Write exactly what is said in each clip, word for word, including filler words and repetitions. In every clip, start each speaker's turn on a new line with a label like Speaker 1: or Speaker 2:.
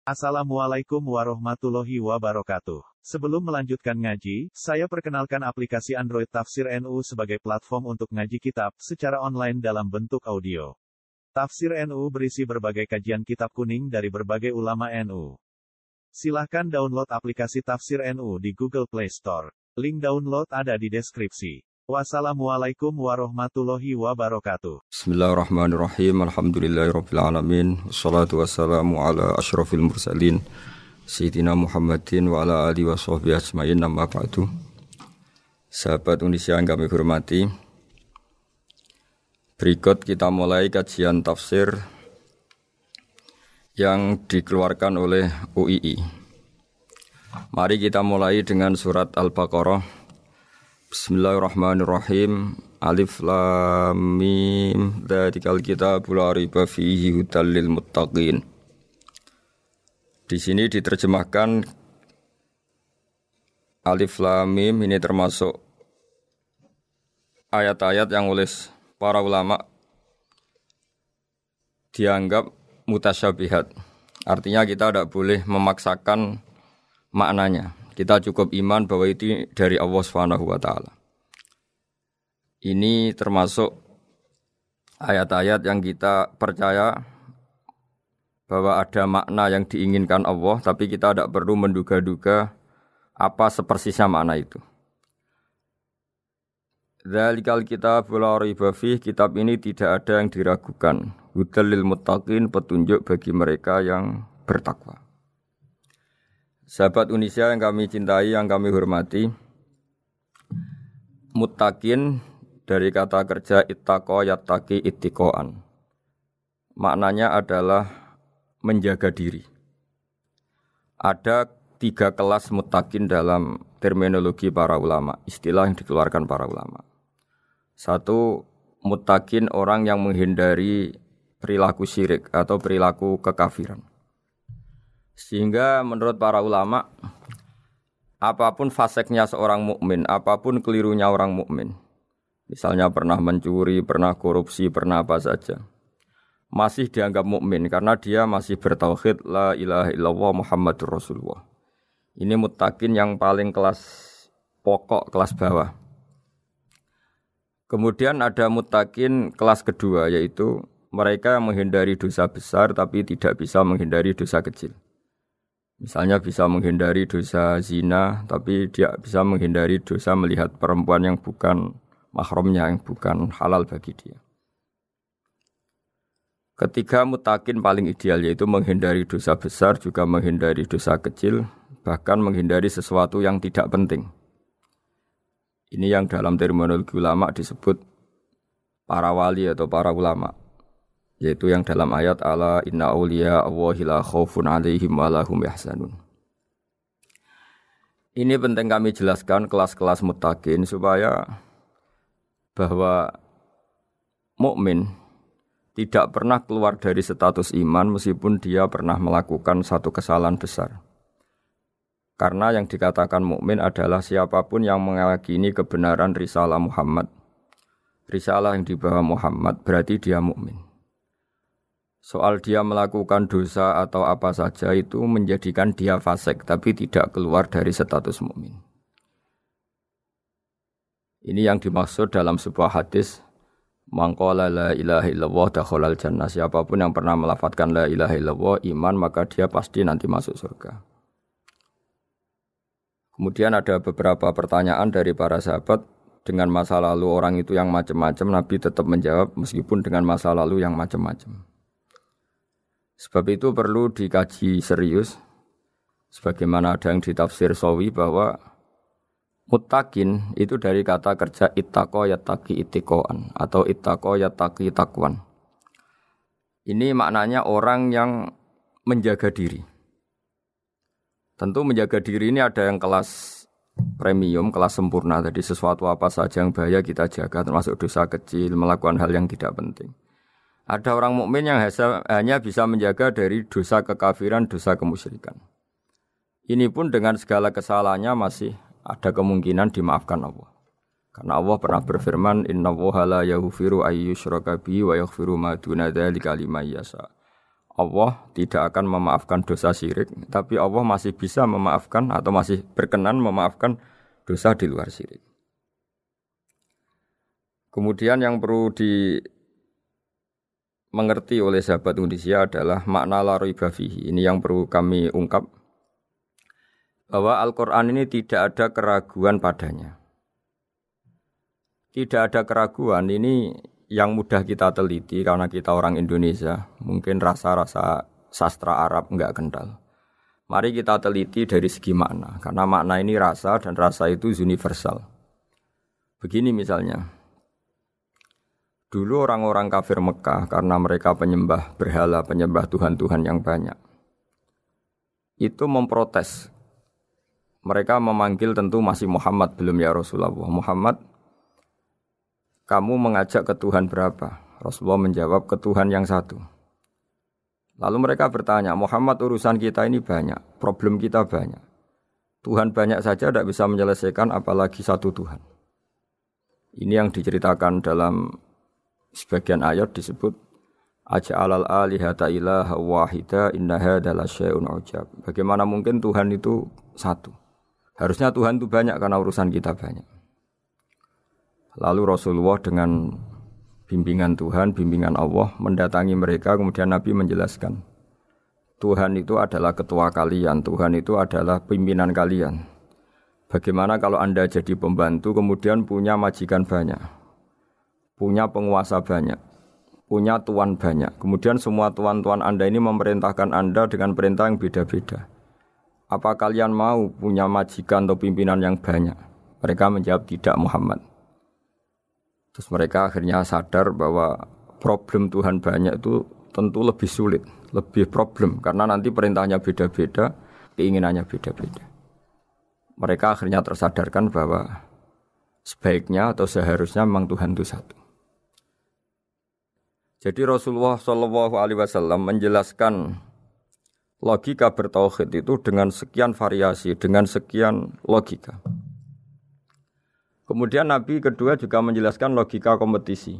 Speaker 1: Assalamualaikum warahmatullahi wabarakatuh. Sebelum melanjutkan ngaji, saya perkenalkan aplikasi Android Tafsir N U sebagai platform untuk ngaji kitab secara online dalam bentuk audio. Tafsir N U berisi berbagai kajian kitab kuning dari berbagai ulama N U. Silahkan download aplikasi Tafsir N U di Google Play Store. Link download ada di deskripsi. Wassalamualaikum warahmatullahi wabarakatuh.
Speaker 2: Bismillahirrahmanirrahim. Alhamdulillahirabbil alamin. Wassalatu wassalamu ala asyrafil mursalin Sayyidina Muhammadin wa ala alihi washabbihi ajmain. Amma ba'du. Sahabat Indonesia yang kami hormati, berikut kita mulai kajian tafsir yang dikeluarkan oleh U I I. Mari kita mulai dengan surat Al-Baqarah. Bismillahirrahmanirrahim. Alif lam mim. Dzalikal kitabul la raiba fihi hudal lil muttaqin. Di sini diterjemahkan Alif lam mim ini termasuk ayat-ayat yang oleh para ulama dianggap mutasyabihat. Artinya kita tidak boleh memaksakan maknanya. Kita cukup iman bahwa itu dari Allah Subhanahu wa taala. Ini termasuk ayat-ayat yang kita percaya bahwa ada makna yang diinginkan Allah, tapi kita tidak perlu menduga-duga apa sepersisnya makna itu. Dzalikal kitabul la raiba fihi, kitab ini tidak ada yang diragukan. Hudal lil muttaqin, petunjuk bagi mereka yang bertakwa. Sahabat Indonesia yang kami cintai, yang kami hormati, muttaqin dari kata kerja ittaqa yattaqi ittiqaan. Maknanya adalah menjaga diri. Ada tiga kelas muttaqin dalam terminologi para ulama, istilah yang dikeluarkan para ulama. Satu, muttaqin orang yang menghindari perilaku syirik atau perilaku kekafiran. Sehingga menurut para ulama, apapun faseknya seorang mukmin, apapun kelirunya orang mukmin, misalnya pernah mencuri, pernah korupsi, pernah apa saja, masih dianggap mukmin karena dia masih bertauhid la ilaha illallah Muhammadur Rasulullah. Ini muttaqin yang paling kelas pokok, kelas bawah. Kemudian ada muttaqin kelas kedua, yaitu mereka yang menghindari dosa besar tapi tidak bisa menghindari dosa kecil. Misalnya bisa menghindari dosa zina, tapi dia bisa menghindari dosa melihat perempuan yang bukan mahramnya, yang bukan halal bagi dia. Ketiga muttaqin paling ideal, yaitu menghindari dosa besar, juga menghindari dosa kecil, bahkan menghindari sesuatu yang tidak penting. Ini yang dalam terminologi ulama disebut para wali atau para ulama. Yaitu yang dalam ayat ala inna awliya Allahi la khaufun alaihim wa lahum yahzanun. Ini penting kami jelaskan kelas-kelas muttaqin supaya bahwa mukmin tidak pernah keluar dari status iman meskipun dia pernah melakukan satu kesalahan besar. Karena yang dikatakan mukmin adalah siapapun yang meyakini kebenaran risalah Muhammad. Risalah yang dibawa Muhammad berarti dia mukmin. Soal dia melakukan dosa atau apa saja itu menjadikan dia fasik, tapi tidak keluar dari status mukmin. Ini yang dimaksud dalam sebuah hadis, man qala la ilaha illallah dakhalal jannah. Siapapun yang pernah melafadzkan la ilaha illallah iman, maka dia pasti nanti masuk surga. Kemudian ada beberapa pertanyaan dari para sahabat dengan masa lalu orang itu yang macam-macam, Nabi tetap menjawab meskipun dengan masa lalu yang macam-macam. Sebab itu perlu dikaji serius, sebagaimana ada yang ditafsir Sawi bahwa muttaqin itu dari kata kerja ittaqa yattaqi ittiqaan atau ittaqa yattaqi taqwan. Ini maknanya orang yang menjaga diri. Tentu menjaga diri ini ada yang kelas premium, kelas sempurna. Jadi sesuatu apa saja yang bahaya kita jaga, termasuk dosa kecil, melakukan hal yang tidak penting. Ada orang mukmin yang hanya bisa menjaga dari dosa kekafiran, dosa kemusyrikan. Ini pun dengan segala kesalahannya masih ada kemungkinan dimaafkan Allah. Karena Allah pernah berfirman, innallaha la yaghfiru ayyushraka bihi wa yaghfiru ma duna dzalika liman yasha. Allah tidak akan memaafkan dosa syirik, tapi Allah masih bisa memaafkan atau masih berkenan memaafkan dosa di luar syirik. Kemudian yang perlu dimengerti oleh sahabat Indonesia adalah makna la raiba fihi. Ini yang perlu kami ungkap, bahwa Al-Quran ini tidak ada keraguan padanya. Tidak ada keraguan ini yang mudah kita teliti karena kita orang Indonesia, mungkin rasa-rasa sastra Arab enggak kental. Mari kita teliti dari segi makna, karena makna ini rasa dan rasa itu universal. Begini misalnya, dulu orang-orang kafir Mekah karena mereka penyembah berhala, penyembah Tuhan-Tuhan yang banyak, itu memprotes. Mereka memanggil tentu masih Muhammad, belum ya Rasulullah. Muhammad, kamu mengajak ke Tuhan berapa? Rasulullah menjawab, ke Tuhan yang satu. Lalu mereka bertanya, Muhammad urusan kita ini banyak, problem kita banyak. Tuhan banyak saja tidak bisa menyelesaikan, apalagi satu Tuhan. Ini yang diceritakan dalam sebagian ayat disebut, Aja'alal alihata ilaha wahida inna hadza lasyai'un ujab. Bagaimana mungkin Tuhan itu satu? Harusnya Tuhan itu banyak karena urusan kita banyak. Lalu Rasulullah dengan bimbingan Tuhan, bimbingan Allah mendatangi mereka, kemudian Nabi menjelaskan, Tuhan itu adalah ketua kalian, Tuhan itu adalah pimpinan kalian. Bagaimana kalau Anda jadi pembantu kemudian punya majikan banyak, punya penguasa banyak, punya tuan banyak, kemudian semua tuan-tuan Anda ini memerintahkan Anda dengan perintah yang beda-beda. Apa kalian mau punya majikan atau pimpinan yang banyak? Mereka menjawab tidak, Muhammad. Terus mereka akhirnya sadar bahwa problem Tuhan banyak itu tentu lebih sulit, lebih problem, karena nanti perintahnya beda-beda, keinginannya beda-beda. Mereka akhirnya tersadarkan bahwa sebaiknya atau seharusnya memang Tuhan itu satu. Jadi Rasulullah shallallahu alaihi wasallam menjelaskan logika bertauhid itu dengan sekian variasi, dengan sekian logika. Kemudian Nabi kedua juga menjelaskan logika kompetisi.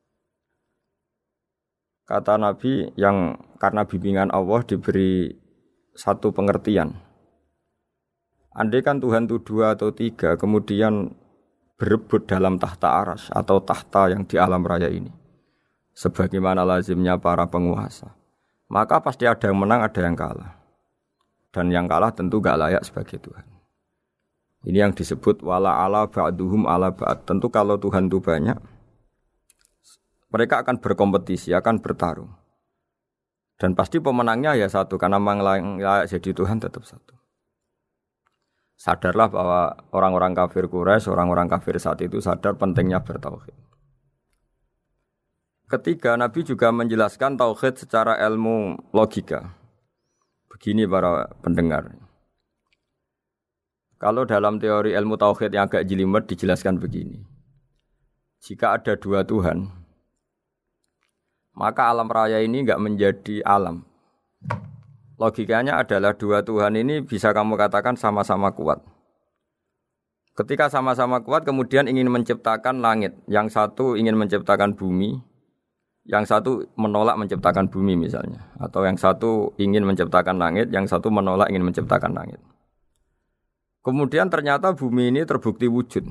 Speaker 2: Kata Nabi yang karena bimbingan Allah diberi satu pengertian. Andai kan Tuhan itu dua atau tiga, kemudian berebut dalam tahta arsy atau tahta yang di alam raya ini, sebagaimana lazimnya para penguasa, maka pasti ada yang menang, ada yang kalah. Dan yang kalah tentu gak layak sebagai Tuhan. Ini yang disebut wala ala ba'duhum ala ba'd. Tentu kalau Tuhan itu banyak, mereka akan berkompetisi, akan bertarung. Dan pasti pemenangnya ya satu, karena memang layak jadi Tuhan tetap satu. Sadarlah bahwa orang-orang kafir Quraisy, orang-orang kafir saat itu sadar pentingnya bertauhid. Ketiga, Nabi juga menjelaskan tauhid secara ilmu logika. Begini para pendengar. Kalau dalam teori ilmu tauhid yang agak jelimet dijelaskan begini. Jika ada dua Tuhan, maka alam raya ini enggak menjadi alam. Logikanya adalah dua Tuhan ini bisa kamu katakan sama-sama kuat. Ketika sama-sama kuat kemudian ingin menciptakan langit, yang satu ingin menciptakan bumi, yang satu menolak menciptakan bumi misalnya, atau yang satu ingin menciptakan langit, yang satu menolak ingin menciptakan langit. Kemudian ternyata bumi ini terbukti wujud.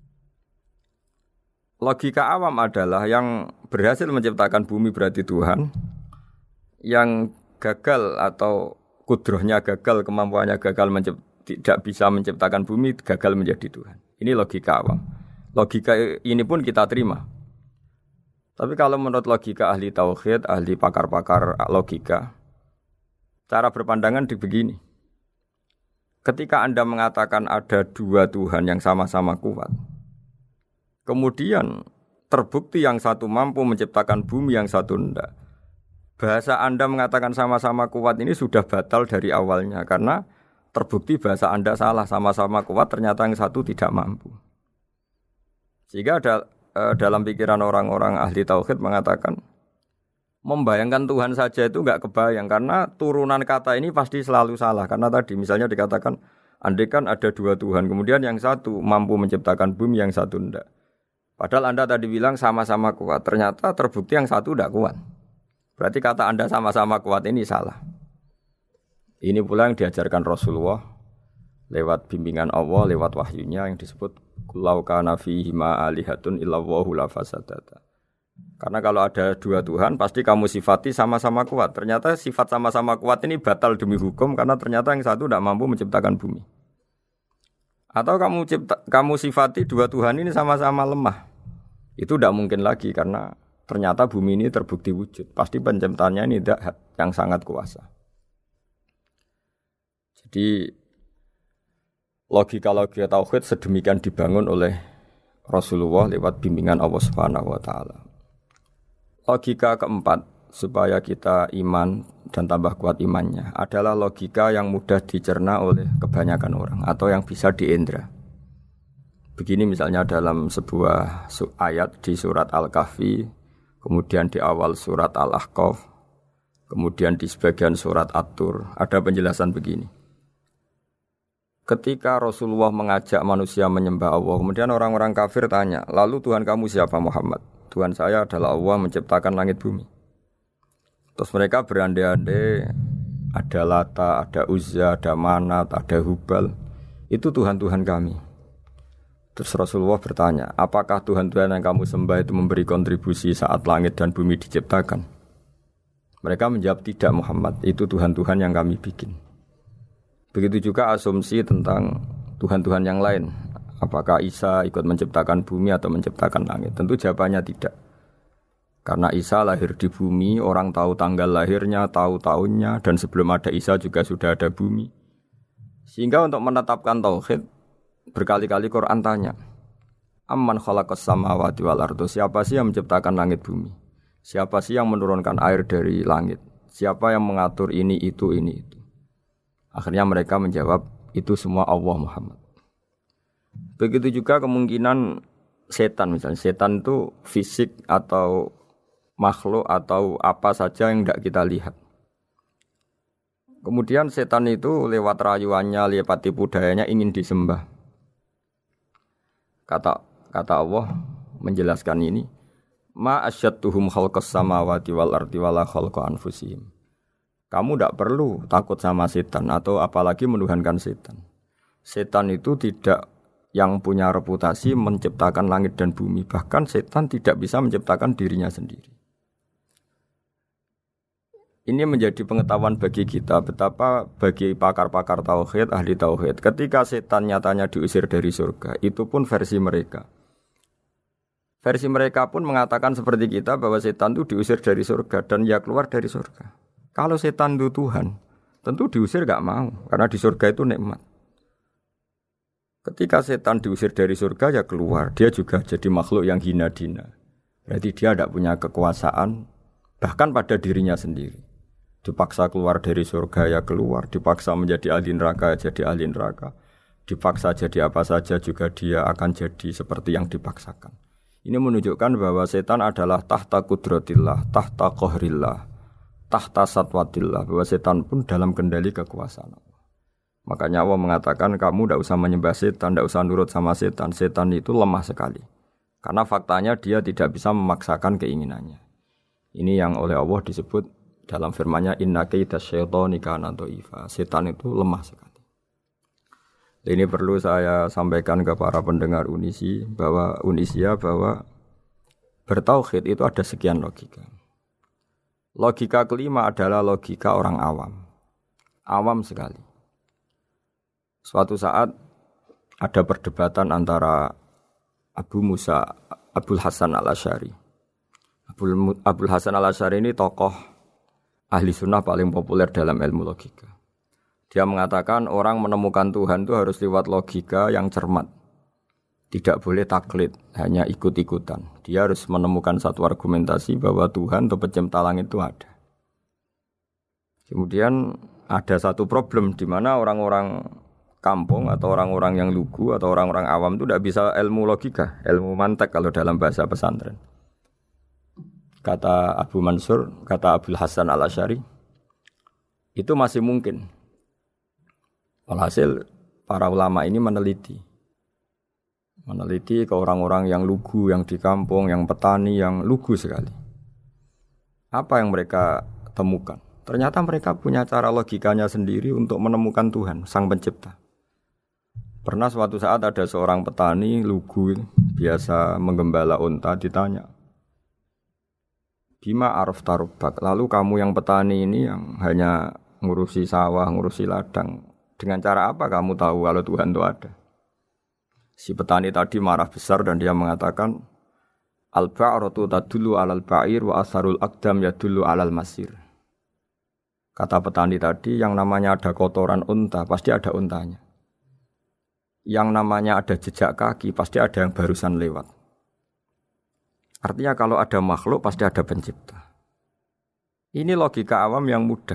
Speaker 2: Logika awam adalah yang berhasil menciptakan bumi berarti Tuhan, yang gagal atau kudrohnya gagal, kemampuannya gagal mencipt, tidak bisa menciptakan bumi, gagal menjadi Tuhan. Ini logika awam. Logika ini pun kita terima. Tapi kalau menurut logika ahli tauhid, ahli pakar-pakar logika, cara berpandangan di begini. Ketika Anda mengatakan ada dua Tuhan yang sama-sama kuat, kemudian terbukti yang satu mampu menciptakan bumi, yang satu tidak. Bahasa Anda mengatakan sama-sama kuat ini sudah batal dari awalnya, karena terbukti bahasa Anda salah, sama-sama kuat ternyata yang satu tidak mampu. Sehingga ada, eh, dalam pikiran orang-orang ahli tauhid mengatakan, membayangkan Tuhan saja itu enggak kebayang, karena turunan kata ini pasti selalu salah. Karena tadi misalnya dikatakan, andai kan ada dua Tuhan, kemudian yang satu mampu menciptakan bumi, yang satu tidak. Padahal Anda tadi bilang sama-sama kuat, ternyata terbukti yang satu tidak kuat. Berarti kata Anda sama-sama kuat ini salah. Ini pula yang diajarkan Rasulullah lewat bimbingan Allah, lewat wahyunya yang disebut Kulau kana fihi ma alihatun illallahu la fasadata. Karena kalau ada dua Tuhan, pasti kamu sifati sama-sama kuat. Ternyata sifat sama-sama kuat ini batal demi hukum, karena ternyata yang satu tidak mampu menciptakan bumi. Atau kamu cipta, kamu sifati dua Tuhan ini sama-sama lemah. Itu tidak mungkin lagi, karena ternyata bumi ini terbukti wujud. Pasti penciptanya ini tidak yang sangat kuasa. Jadi logika-logika tauhid sedemikian dibangun oleh Rasulullah lewat bimbingan Allah Subhanahu wa taala. Logika keempat supaya kita iman dan tambah kuat imannya adalah logika yang mudah dicerna oleh kebanyakan orang atau yang bisa diindra. Begini misalnya dalam sebuah ayat di surat Al-Kahfi, kemudian di awal surat Al-Ahqaf, kemudian di sebagian surat At-Tur, ada penjelasan begini. Ketika Rasulullah mengajak manusia menyembah Allah, kemudian orang-orang kafir tanya, lalu Tuhan kamu siapa Muhammad? Tuhan saya adalah Allah menciptakan langit bumi. Terus mereka berandai-andai, ada Lata, ada Uzza, ada Manat, ada Hubal. Itu Tuhan-Tuhan kami. Terus Rasulullah bertanya, apakah Tuhan-Tuhan yang kamu sembah itu memberi kontribusi saat langit dan bumi diciptakan? Mereka menjawab, tidak Muhammad, itu Tuhan-Tuhan yang kami bikin. Begitu juga asumsi tentang Tuhan-Tuhan yang lain. Apakah Isa ikut menciptakan bumi atau menciptakan langit? Tentu jawabannya tidak. Karena Isa lahir di bumi, orang tahu tanggal lahirnya, tahu tahunnya, dan sebelum ada Isa juga sudah ada bumi. Sehingga untuk menetapkan tauhid, berkali-kali Quran tanya, Amman khalaqas samawati wal ardo, siapa sih yang menciptakan langit bumi? Siapa sih yang menurunkan air dari langit? Siapa yang mengatur ini, itu, ini, itu? Akhirnya mereka menjawab, itu semua Allah Muhammad. Begitu juga kemungkinan setan misalnya. Setan itu fisik atau makhluk atau apa saja yang tidak kita lihat. Kemudian setan itu lewat rayuannya, lewat tipu dayanya ingin disembah. Kata kata Allah menjelaskan ini, ma asyadduhum khalqas samawati wal ardi wala khalqa anfusihim. Kamu tidak perlu takut sama setan atau apalagi menuhankan setan. Setan itu tidak yang punya reputasi menciptakan langit dan bumi. Bahkan setan tidak bisa menciptakan dirinya sendiri. Ini menjadi pengetahuan bagi kita betapa bagi pakar-pakar tauhid, ahli tauhid, ketika setan nyatanya diusir dari surga, itu pun versi mereka. Versi mereka pun mengatakan seperti kita bahwa setan itu diusir dari surga dan ya keluar dari surga. Kalau setan itu Tuhan, tentu diusir gak mau, karena di surga itu nikmat. Ketika setan diusir dari surga, ya keluar. Dia juga jadi makhluk yang hina dina. Berarti dia tidak punya kekuasaan, bahkan pada dirinya sendiri. Dipaksa keluar dari surga, ya keluar. Dipaksa menjadi ahli neraka, ya jadi ahli neraka. Dipaksa jadi apa saja, juga dia akan jadi seperti yang dipaksakan. Ini menunjukkan bahwa setan adalah tahta kudratillah, tahta qahrillah, tahta satwatillah. Bahwa setan pun dalam kendali kekuasaan Allah. Makanya Allah mengatakan kamu tidak usah menyembah setan, tidak usah nurut sama setan. Setan itu lemah sekali. Karena faktanya dia tidak bisa memaksakan keinginannya. Ini yang oleh Allah disebut dalam firman-Nya inna kaidas syaitani kana dhaifa. Setan itu lemah sekali. Ini perlu saya sampaikan ke para pendengar Unisi bahwa Unisia bahwa bertauhid itu ada sekian logika. Logika kelima adalah logika orang awam. Awam sekali. Suatu saat ada perdebatan antara Abu Musa, Abul Hasan al-Asy'ari. Abul, Abul Hasan al-Asy'ari ini tokoh ahli sunnah paling populer dalam ilmu logika. Dia mengatakan orang menemukan Tuhan itu harus lewat logika yang cermat. Tidak boleh taklid, hanya ikut-ikutan. Dia harus menemukan satu argumentasi bahwa Tuhan atau pencipta langit itu ada. Kemudian ada satu problem di mana orang-orang kampung atau orang-orang yang lugu atau orang-orang awam itu tidak bisa ilmu logika, ilmu mantek kalau dalam bahasa pesantren. Kata Abu Mansur, kata Abul Hasan al-Asy'ari, itu masih mungkin. Walhasil para ulama ini meneliti. Meneliti ke orang-orang yang lugu, yang di kampung, yang petani, yang lugu sekali. Apa yang mereka temukan? Ternyata mereka punya cara logikanya sendiri untuk menemukan Tuhan, Sang Pencipta. Pernah suatu saat ada seorang petani lugu biasa menggembala unta, ditanya, Bima araf tarubak, lalu kamu yang petani ini yang hanya ngurusi sawah, ngurusi ladang, dengan cara apa kamu tahu kalau Tuhan itu ada? Si petani tadi marah besar dan dia mengatakan, Al-ba'ratu tadullu alal ba'ir wa asarul aqdam yadullu alal masir. Kata petani tadi, yang namanya ada kotoran unta, pasti ada untanya. Yang namanya ada jejak kaki, pasti ada yang barusan lewat. Artinya kalau ada makhluk, pasti ada pencipta. Ini logika awam yang mudah.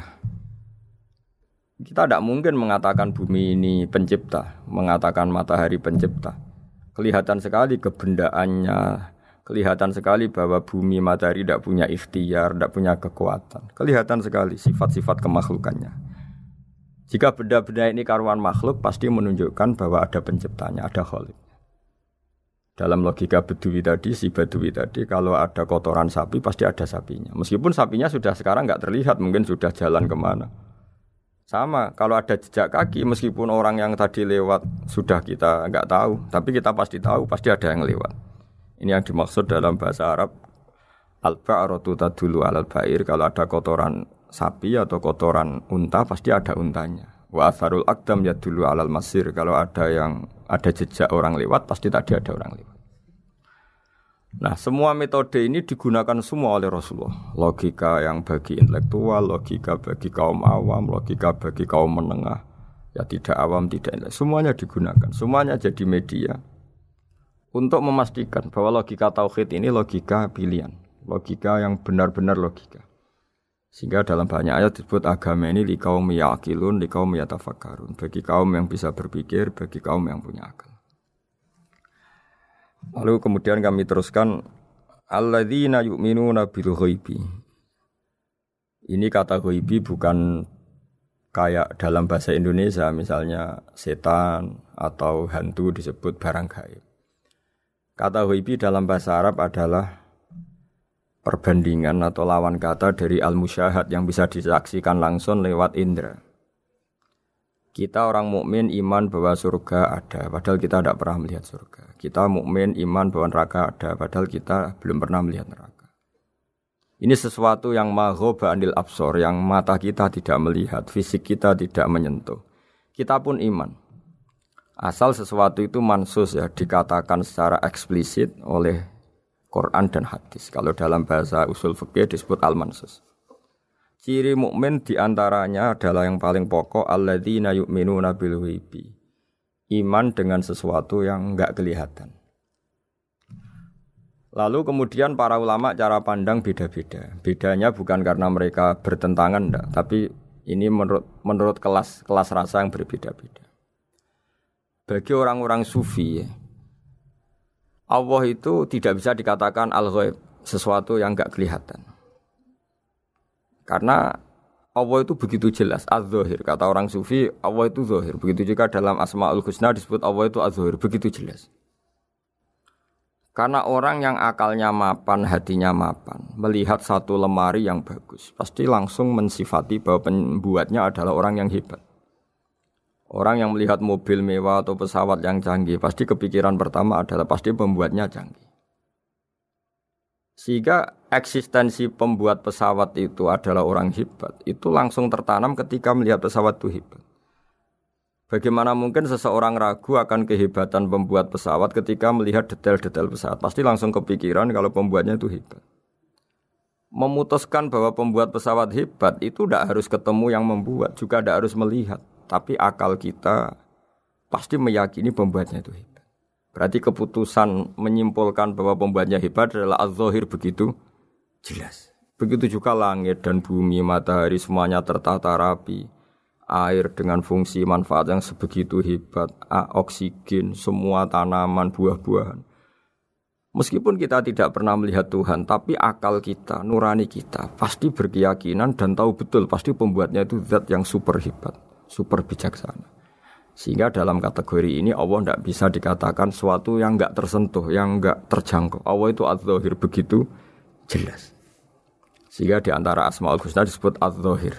Speaker 2: Kita tidak mungkin mengatakan bumi ini pencipta, mengatakan matahari pencipta. Kelihatan sekali kebendaannya, kelihatan sekali bahwa bumi matahari tidak punya ikhtiar, tidak punya kekuatan. Kelihatan sekali sifat-sifat kemakhlukannya. Jika benda-benda ini karuan makhluk, pasti menunjukkan bahwa ada penciptanya, ada khalik. Dalam logika Bedui tadi, si Bedui tadi, kalau ada kotoran sapi, pasti ada sapinya. Meskipun sapinya sudah sekarang nggak terlihat, mungkin sudah jalan kemana. Sama, kalau ada jejak kaki, meskipun orang yang tadi lewat, sudah kita nggak tahu. Tapi kita pasti tahu, pasti ada yang lewat. Ini yang dimaksud dalam bahasa Arab, Al-ba'ratu tadullu alal ba'ir, kalau ada kotoran sapi atau kotoran unta pasti ada untanya. Wa atharul aqdam yadullu alal masir, kalau ada yang ada jejak orang lewat pasti tadi ada orang lewat. Nah, semua metode ini digunakan semua oleh Rasulullah. Logika yang bagi intelektual, logika bagi kaum awam, logika bagi kaum menengah, ya tidak awam, tidak intelektual, semuanya digunakan. Semuanya jadi media untuk memastikan bahwa logika tauhid ini logika pilihan, logika yang benar-benar logika. Sehingga dalam banyak ayat disebut agama ini li kaum yaqilun, li kaum yatafakkarun, bagi kaum yang bisa berpikir, bagi kaum yang punya akal. Lalu kemudian kami teruskan alladzina yu'minuna bil ghaibi. Ini kata ghaibi bukan kayak dalam bahasa Indonesia misalnya setan atau hantu disebut barang gaib. Kata ghaibi dalam bahasa Arab adalah perbandingan atau lawan kata dari al-musyahad yang bisa disaksikan langsung lewat indera. Kita orang mukmin iman bahwa surga ada, padahal kita tidak pernah melihat surga. Kita mukmin iman bahwa neraka ada, padahal kita belum pernah melihat neraka. Ini sesuatu yang maghoba anil absor, yang mata kita tidak melihat, fisik kita tidak menyentuh. Kita pun iman. Asal sesuatu itu mansus ya, dikatakan secara eksplisit oleh Quran dan hadis. Kalau dalam bahasa usul fikih disebut al-mansus. Ciri mukmin diantaranya adalah yang paling pokok alladzina yu'minuna bil ghaibi. Iman dengan sesuatu yang enggak kelihatan. Lalu kemudian para ulama cara pandang beda-beda. Bedanya bukan karena mereka bertentangan enggak, tapi ini menurut menurut kelas kelas rasa yang berbeda-beda. Bagi orang-orang sufi, Allah itu tidak bisa dikatakan al-ghaib, sesuatu yang enggak kelihatan. Karena Allah itu begitu jelas, az-zahir. Kata orang sufi, Allah itu zahir. Begitu juga dalam Asmaul Husna disebut Allah itu az-zahir, begitu jelas. Karena orang yang akalnya mapan, hatinya mapan, melihat satu lemari yang bagus, pasti langsung mensifati bahwa pembuatnya adalah orang yang hebat. Orang yang melihat mobil mewah atau pesawat yang canggih, pasti kepikiran pertama adalah pasti pembuatnya canggih. Sehingga eksistensi pembuat pesawat itu adalah orang hebat, itu langsung tertanam ketika melihat pesawat itu hebat. Bagaimana mungkin seseorang ragu akan kehebatan pembuat pesawat ketika melihat detail-detail pesawat? Pasti langsung kepikiran kalau pembuatnya itu hebat. Memutuskan bahwa pembuat pesawat hebat itu tidak harus ketemu yang membuat, juga tidak harus melihat. Tapi akal kita pasti meyakini pembuatnya itu hebat. Berarti keputusan menyimpulkan bahwa pembuatnya hebat adalah az-zahir begitu jelas. Begitu juga langit dan bumi, matahari semuanya tertata rapi. Air dengan fungsi manfaat yang sebegitu hebat, oksigen, semua tanaman, buah-buahan. Meskipun kita tidak pernah melihat Tuhan, tapi akal kita, nurani kita pasti berkeyakinan dan tahu betul pasti pembuatnya itu zat yang super hebat, super bijaksana. Sehingga dalam kategori ini Allah tidak bisa dikatakan sesuatu yang enggak tersentuh, yang enggak terjangkau. Allah itu az-zahir begitu jelas. Sehingga di antara Asmaul Husna disebut Az-Zahir.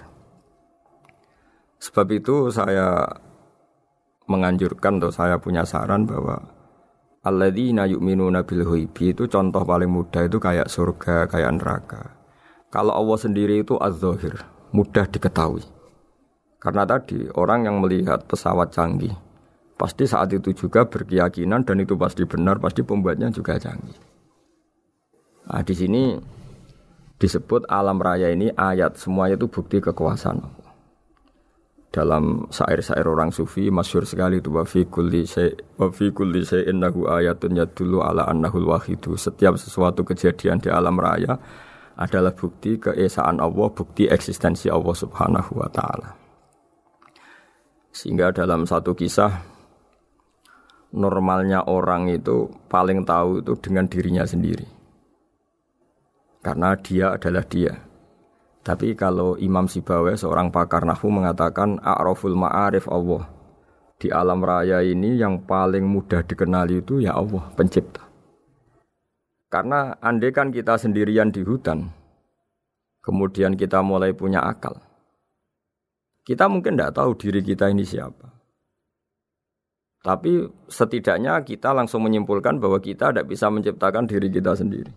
Speaker 2: Sebab itu saya menganjurkan atau saya punya saran bahwa alladzina yu'minuna bil ghaibi itu contoh paling mudah itu kayak surga, kayak neraka. Kalau Allah sendiri itu Az-Zahir, mudah diketahui. Karena tadi orang yang melihat pesawat canggih pasti saat itu juga berkeyakinan dan itu pasti benar, pasti pembuatnya juga canggih. Nah, di sini disebut alam raya ini ayat, semuanya itu bukti kekuasaan Allah. Dalam syair-syair orang sufi masyhur sekali itu wa fi kulli syai' wa fi kulli syai'in lahu ayatun yadullu ala annahul wahidu. Setiap sesuatu kejadian di alam raya adalah bukti keesaan Allah, bukti eksistensi Allah Subhanahu wa taala. Sehingga dalam satu kisah normalnya orang itu paling tahu itu dengan dirinya sendiri. Karena dia adalah dia. Tapi kalau Imam Sibawayh seorang pakar nahwu mengatakan a'raful ma'arif Allah. Di alam raya ini yang paling mudah dikenali itu ya Allah, pencipta. Karena andai kan kita sendirian di hutan, kemudian kita mulai punya akal, kita mungkin tidak tahu diri kita ini siapa. Tapi setidaknya kita langsung menyimpulkan bahwa kita tidak bisa menciptakan diri kita sendiri.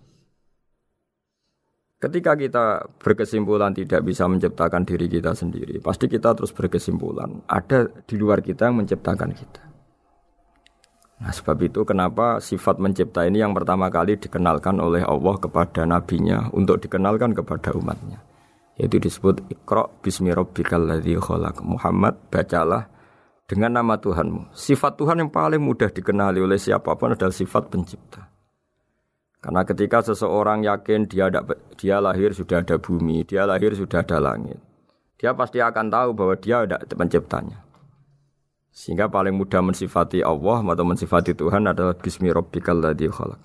Speaker 2: Ketika kita berkesimpulan tidak bisa menciptakan diri kita sendiri, pasti kita terus berkesimpulan ada di luar kita yang menciptakan kita. Nah, sebab itu kenapa sifat mencipta ini yang pertama kali dikenalkan oleh Allah kepada nabinya untuk dikenalkan kepada umatnya. Yaitu disebut Iqra bismi rabbikal ladzi khalaq. Muhammad, bacalah dengan nama Tuhanmu. Sifat Tuhan yang paling mudah dikenali oleh siapapun adalah sifat pencipta. Karena ketika seseorang yakin dia ada, dia lahir sudah ada bumi, dia lahir sudah ada langit, dia pasti akan tahu bahwa dia ada penciptanya. Sehingga paling mudah mensifati Allah atau mensifati Tuhan adalah bismi rabbikal ladzi khalaq.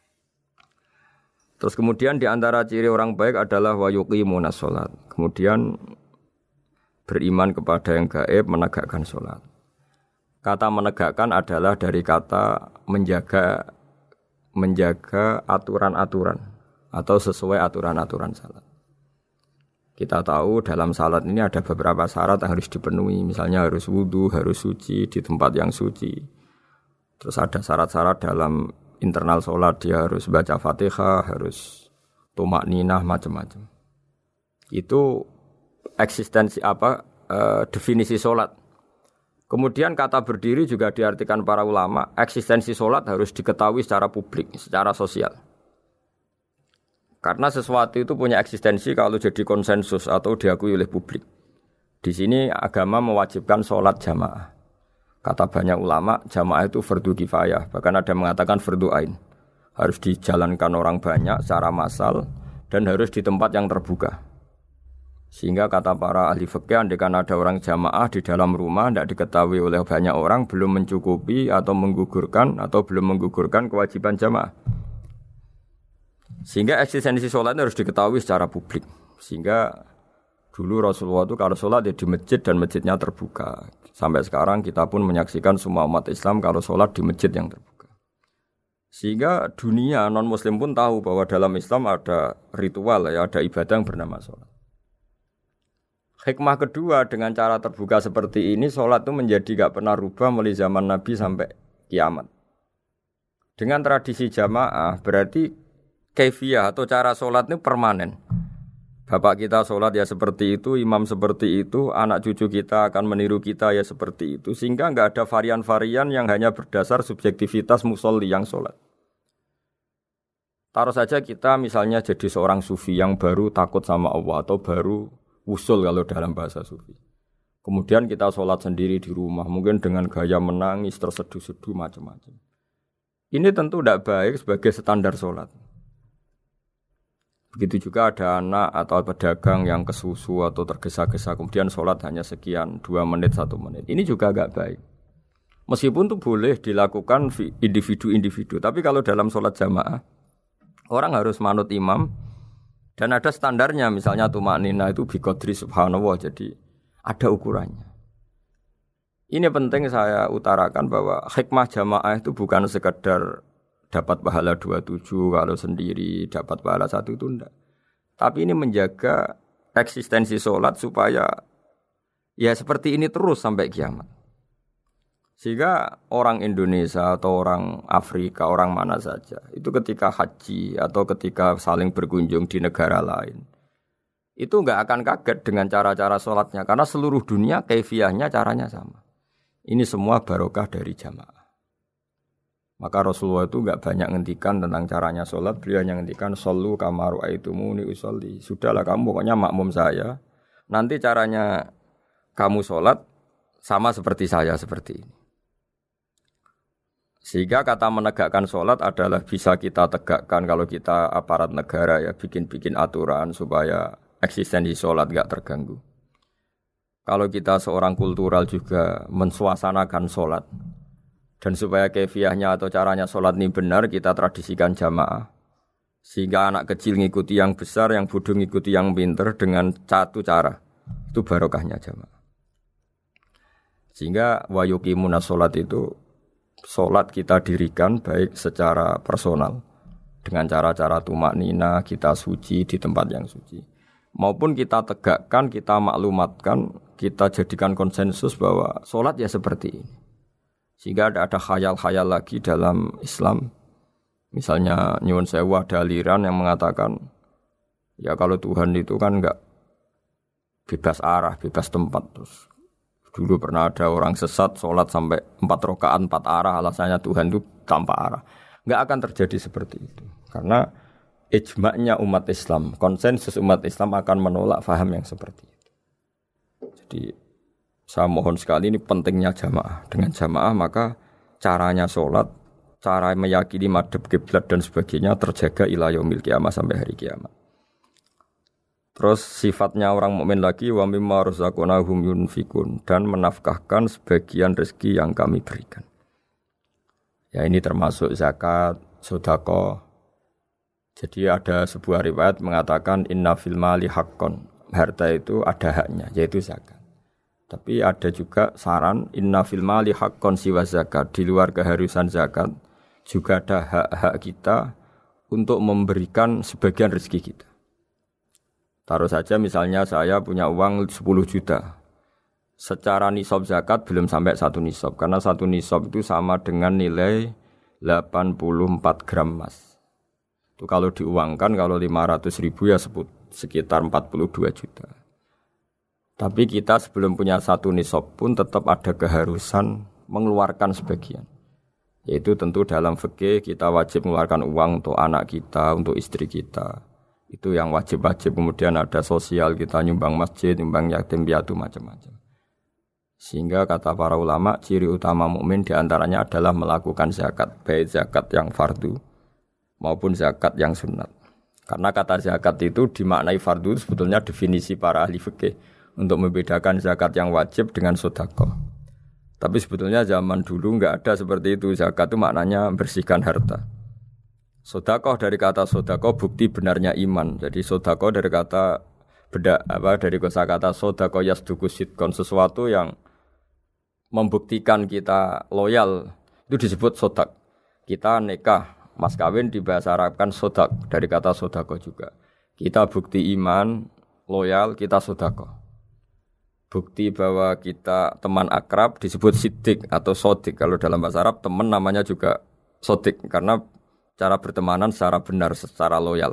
Speaker 2: Terus kemudian di antara ciri orang baik adalah wa yuqimunas shalat. Kemudian beriman kepada yang gaib, menegakkan sholat. Kata menegakkan adalah dari kata menjaga menjaga aturan-aturan atau sesuai aturan-aturan salat. Kita tahu dalam salat ini ada beberapa syarat yang harus dipenuhi. Misalnya harus wudu, harus suci di tempat yang suci. Terus ada syarat-syarat dalam internal sholat, dia harus baca Fatihah, harus tumakninah, macam-macam. Itu eksistensi apa e, definisi sholat. Kemudian kata berdiri juga diartikan para ulama, eksistensi sholat harus diketahui secara publik, secara sosial. Karena sesuatu itu punya eksistensi kalau jadi konsensus atau diakui oleh publik. Di sini agama mewajibkan sholat jamaah. Kata banyak ulama, jamaah itu fardu kifayah, bahkan ada yang mengatakan fardu ain. Harus dijalankan orang banyak secara massal dan harus di tempat yang terbuka. Sehingga kata para ahli fikih, andaikan ada orang jamaah di dalam rumah tidak diketahui oleh banyak orang, belum mencukupi atau menggugurkan atau belum menggugurkan kewajiban jamaah. Sehingga eksistensi sholat harus diketahui secara publik. Sehingga dulu Rasulullah itu kalau sholat ya di masjid dan masjidnya terbuka. Sampai sekarang kita pun menyaksikan semua umat Islam kalau sholat di masjid yang terbuka. Sehingga dunia non-muslim pun tahu bahwa dalam Islam ada ritual, ya, ada ibadah yang bernama sholat. Hikmah kedua dengan cara terbuka seperti ini, sholat itu menjadi gak pernah rubah mulai zaman Nabi sampai kiamat. Dengan tradisi jamaah berarti kaifiyah atau cara sholat ini permanen. Bapak kita sholat ya seperti itu, imam seperti itu, anak cucu kita akan meniru kita ya seperti itu. Sehingga gak ada varian-varian yang hanya berdasar subjektivitas musolli yang sholat. Taruh saja kita misalnya jadi seorang sufi yang baru takut sama Allah atau baru usul kalau dalam bahasa sufi. Kemudian kita sholat sendiri di rumah, mungkin dengan gaya menangis, terseduh-seduh, macam-macam. Ini tentu tidak baik sebagai standar sholat. Begitu juga ada anak atau pedagang yang kesusu atau tergesa-gesa, kemudian sholat hanya sekian, dua menit, satu menit. Ini juga agak baik. Meskipun itu boleh dilakukan individu-individu, tapi kalau dalam sholat jamaah, orang harus manut imam, dan ada standarnya, misalnya tumaknina itu biqadri subhanallah, jadi ada ukurannya. Ini penting saya utarakan bahwa hikmah jamaah itu bukan sekedar dapat pahala dua puluh tujuh kalau sendiri, dapat pahala satu itu enggak. Tapi ini menjaga eksistensi sholat supaya ya seperti ini terus sampai kiamat. Sehingga orang Indonesia atau orang Afrika, orang mana saja, itu ketika haji atau ketika saling berkunjung di negara lain, itu enggak akan kaget dengan cara-cara sholatnya. Karena seluruh dunia kaifiyahnya caranya sama. Ini semua barokah dari jamaah. Maka Rasulullah itu enggak banyak ngendikan tentang caranya sholat. Beliau hanya ngendikan, Sallu kamaru aitumuni usolli. Sudahlah kamu pokoknya makmum saya. Nanti caranya kamu sholat sama seperti saya seperti ini. Sehingga kata menegakkan sholat adalah bisa kita tegakkan kalau kita aparat negara ya bikin-bikin aturan supaya eksistensi sholat enggak terganggu. Kalau kita seorang kultural juga mensuasanakan sholat dan supaya kefiahnya atau caranya sholat ini benar kita tradisikan jamaah. Sehingga anak kecil ngikuti yang besar, yang bodoh ngikuti yang pinter dengan satu cara. Itu barokahnya jamaah. Sehingga wa yuqimuna sholat itu sholat kita dirikan baik secara personal dengan cara-cara tumak nina kita suci di tempat yang suci maupun kita tegakkan, kita maklumatkan, kita jadikan konsensus bahwa sholat ya seperti ini sehingga ada, ada khayal-khayal lagi dalam Islam. Misalnya nyuwun sewu ada aliran yang mengatakan ya kalau Tuhan itu kan enggak bebas arah, bebas tempat. Terus dulu pernah ada orang sesat sholat sampai empat rakaat empat arah, alasannya Tuhan itu tanpa arah. Enggak akan terjadi seperti itu. Karena ijma'nya umat Islam, konsensus umat Islam akan menolak faham yang seperti itu. Jadi saya mohon sekali ini pentingnya jamaah. Dengan jamaah maka caranya sholat, cara meyakini madhab kiblat dan sebagainya terjaga ila yaumil qiyamah sampai hari kiamat. Terus sifatnya orang mukmin lagi wa mimma razaqnahum yunfikun dan menafkahkan sebagian rezeki yang kami berikan. Ya ini termasuk zakat, sedekah. Jadi ada sebuah riwayat mengatakan inna fil mali haqqon. Harta itu ada haknya yaitu zakat. Tapi ada juga saran inna fil mali haqqon siwa zakat, di luar keharusan zakat juga ada hak-hak kita untuk memberikan sebagian rezeki kita. Taruh saja misalnya saya punya uang sepuluh juta. Secara nisab zakat belum sampai satu nisab. Karena satu nisab itu sama dengan nilai delapan puluh empat gram emas. Itu kalau diuangkan, kalau lima ratus ribu ya sekitar empat puluh dua juta. Tapi kita sebelum punya satu nisab pun tetap ada keharusan mengeluarkan sebagian. Yaitu tentu dalam fikih kita wajib mengeluarkan uang untuk anak kita, untuk istri kita. Itu yang wajib-wajib. Kemudian ada sosial, kita nyumbang masjid, nyumbang yatim piatu macam-macam. Sehingga kata para ulama ciri utama mukmin diantaranya adalah melakukan zakat, baik zakat yang fardu maupun zakat yang sunat. Karena kata zakat itu dimaknai fardu sebetulnya definisi para ahli fikih untuk membedakan zakat yang wajib dengan sedekah. Tapi sebetulnya zaman dulu enggak ada seperti itu. Zakat itu maknanya bersihkan harta. Sedekah dari kata sedekah bukti benarnya iman. Jadi sedekah dari kata beda apa dari kosakata sedekah yasduqu sidqan, sesuatu yang membuktikan kita loyal itu disebut sedekah. Kita nikah, mas kawin di bahasa Arab kan sedekah dari kata sedekah juga. Kita bukti iman, loyal, kita sedekah. Bukti bahwa kita teman akrab disebut siddiq atau sodik. Kalau dalam bahasa Arab teman namanya juga sodik karena cara bertemanan secara benar, secara loyal.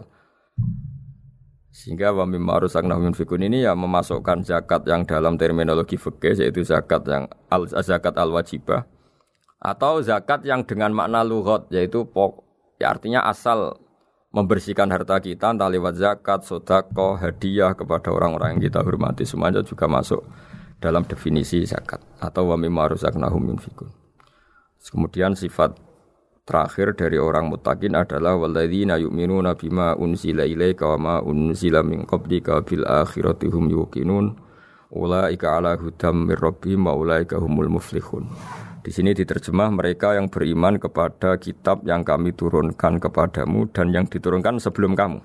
Speaker 2: Sehingga wa mimma razaqnahum yunfikun ini ya memasukkan zakat yang dalam terminologi fikih yaitu zakat yang al zakat al-wajibah atau zakat yang dengan makna lughat yaitu pok, ya artinya asal membersihkan harta kita entah lewat zakat, sedekah, hadiah kepada orang-orang yang kita hormati semuanya juga masuk dalam definisi zakat atau wa mimma razaqnahum yunfikun. Kemudian sifat terakhir dari orang muttaqin adalah walladzina yu'minuna bima unzila ilaika wa ma unzila min qablika bil akhirati hum yuqinun ulaika ala hudam mir rabbihim wa ulaika humul muflihun. Di sini diterjemah mereka yang beriman kepada kitab yang kami turunkan kepadamu dan yang diturunkan sebelum kamu.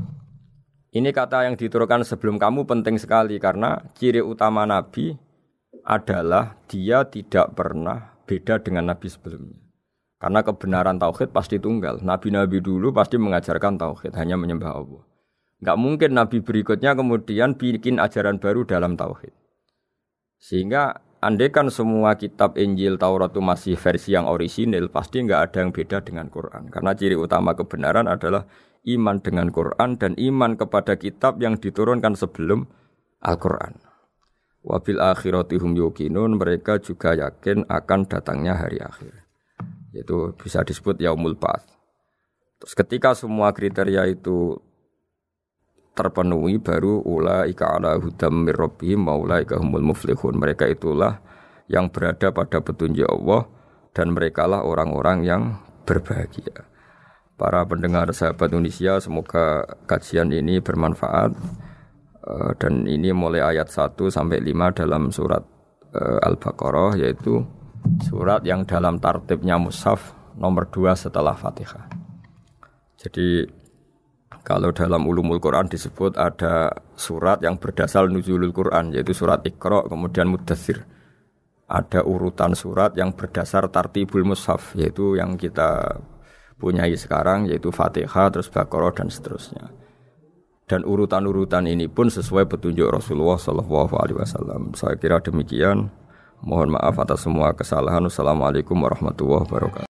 Speaker 2: Ini kata yang diturunkan sebelum kamu penting sekali karena ciri utama Nabi adalah dia tidak pernah beda dengan Nabi sebelumnya. Karena kebenaran tauhid pasti tunggal. Nabi-nabi dulu pasti mengajarkan tauhid, hanya menyembah Allah. Enggak mungkin nabi berikutnya kemudian bikin ajaran baru dalam tauhid. Sehingga andaikan semua kitab Injil Taurat itu masih versi yang orisinil, pasti enggak ada yang beda dengan Quran. Karena ciri utama kebenaran adalah iman dengan Quran dan iman kepada kitab yang diturunkan sebelum Al-Quran. Wabil akhirati hum yuqinun, mereka juga yakin akan datangnya hari akhir. Itu bisa disebut yaumul ba'ats. Terus ketika semua kriteria itu terpenuhi, baru ulaika ala hudam mir rabbihim wa ulaika humul muflihun. Mereka itulah yang berada pada petunjuk Allah dan merekalah orang-orang yang berbahagia. Para pendengar sahabat Indonesia, semoga kajian ini bermanfaat. Dan ini mulai ayat satu sampai lima dalam surat Al-Baqarah, yaitu surat yang dalam tartibnya mushaf nomor dua setelah Fatihah. Jadi kalau dalam ulumul Quran disebut ada surat yang berdasar nuzulul Quran, yaitu surat Iqra, kemudian Muddatsir. Ada urutan surat yang berdasar tartibul mushaf, yaitu yang kita punyai sekarang, yaitu Fatihah, terus Baqarah, dan seterusnya. Dan urutan-urutan ini pun sesuai petunjuk Rasulullah shallallahu alaihi wasallam. Saya kira demikian. Mohon maaf atas semua kesalahan. Wassalamualaikum warahmatullahi wabarakatuh.